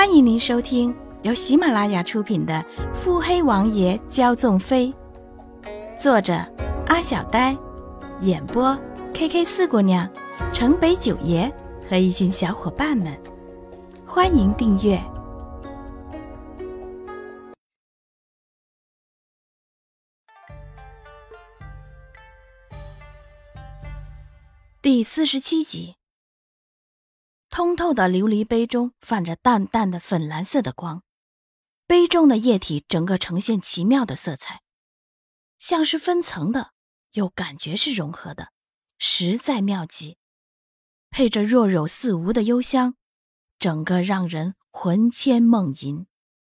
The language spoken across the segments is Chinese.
欢迎您收听由喜马拉雅出品的《腹黑王爷骄纵妃》，作者阿小呆，演播 KK 四姑娘、城北九爷和一群小伙伴们。欢迎订阅。第47集。通透的琉璃杯中泛着淡淡的粉蓝色的光，杯中的液体整个呈现奇妙的色彩，像是分层的，又感觉是融合的，实在妙极。配着若有似无的幽香，整个让人魂牵梦萦。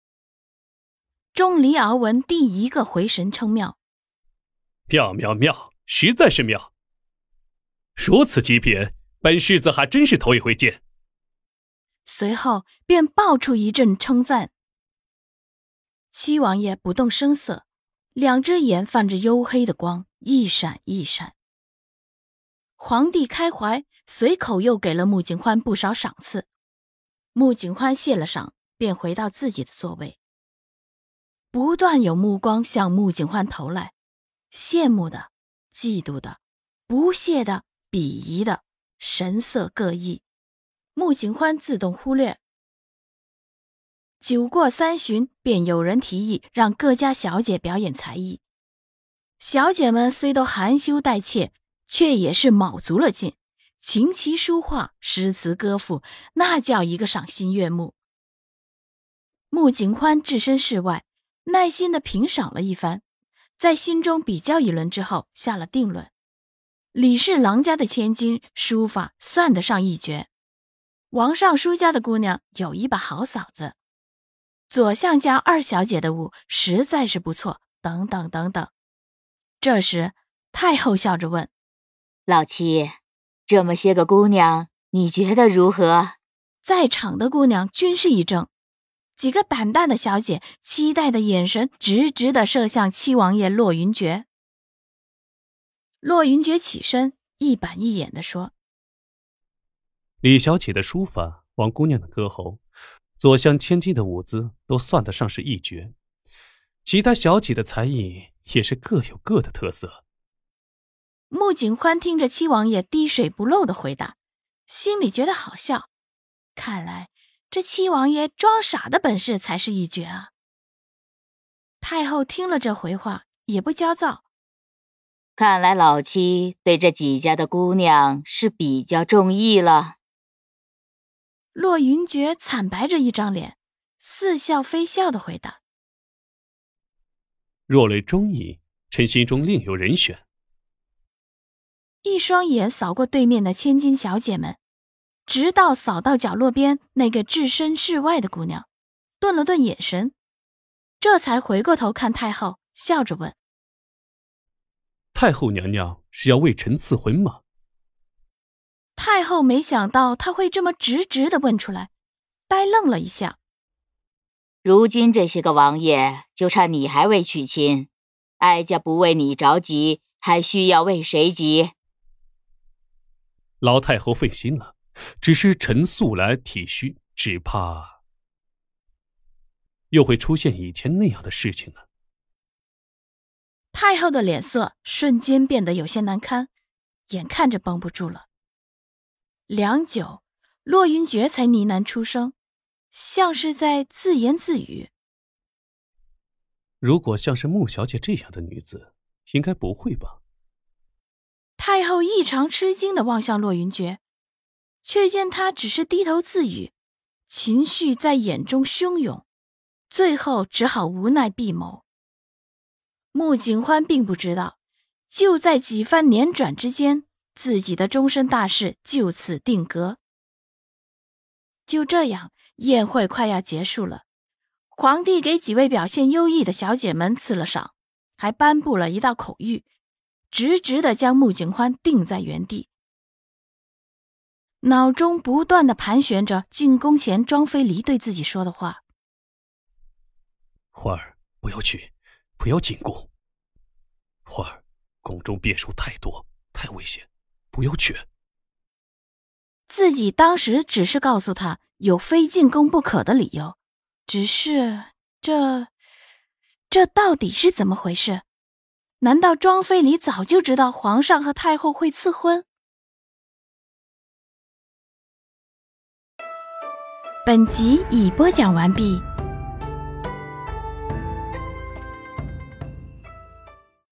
钟离敖文第一个回神称妙， 妙，实在是妙。如此极品，本世子还真是头一回见。 随后便爆出一阵称赞。七王爷不动声色，两只眼泛着黝黑的光，一闪一闪。皇帝开怀，随口又给了穆景欢不少赏赐。穆景欢谢了赏，便回到自己的座位。不断有目光向穆景欢投来，羡慕的、嫉妒的、不屑的、鄙夷的，神色各异。穆景欢自动忽略。酒过3巡，便有人提议让各家小姐表演才艺。小姐们虽都含羞带怯，却也是卯足了劲，琴棋书画、诗词歌赋，那叫一个赏心悦目。穆景欢置身事外，耐心地评赏了一番，在心中比较一轮之后，下了定论。李氏郎家的千金书法算得上一绝，王尚书家的姑娘有一把好嫂子，左相家二小姐的舞实在是不错，等等等等。这时太后笑着问： 老七，这么些个姑娘，你觉得如何？ 在场的姑娘均是一怔，几个胆大的小姐期待的眼神直直地射向七王爷骆云珏。骆云珏起身，一板一眼地说： 李小姐的书法，王姑娘的歌喉，左相千金的舞姿都算得上是一绝，其他小姐的才艺也是各有各的特色。 穆景欢听着七王爷滴水不漏的回答，心里觉得好笑，看来这七王爷装傻的本事才是一绝啊。太后听了这回话，也不焦躁， 看来老七对这几家的姑娘是比较中意了。 骆云珏惨白着一张脸，似笑非笑地回答： 若论中意，臣心中另有人选。 一双眼扫过对面的千金小姐们，直到扫到角落边那个置身事外的姑娘，顿了顿眼神，这才回过头看太后，笑着问： 太后娘娘是要为臣赐婚吗？ 太后没想到他会这么直直地问出来，呆愣了一下。 如今这些个王爷，就差你还未娶亲，哀家不为你着急，还需要为谁急？ 老太后费心了，只是臣素来体恤，只怕又会出现以前那样的事情呢。 太后的脸色瞬间变得有些难堪，眼看着绷不住了。良久，骆云珏才呢喃出声，像是在自言自语： 如果像是穆小姐这样的女子，应该不会吧？ 太后异常吃惊地望向骆云珏，却见他只是低头自语，情绪在眼中汹涌，最后只好无奈闭眸。穆景欢并不知道，就在几番辗转之间，自己的终身大事就此定格。就这样，宴会快要结束了，皇帝给几位表现优异的小姐们赐了赏，还颁布了一道口谕，直直地将穆景欢定在原地。脑中不断地盘旋着进宫前庄妃离对自己说的话： 花儿，不要去，不要进宫。花儿，宫中变数太多，太危险，不要去。 自己当时只是告诉他有非进宫不可的理由，只是这到底是怎么回事？难道庄妃里早就知道皇上和太后会赐婚？本集已播讲完毕。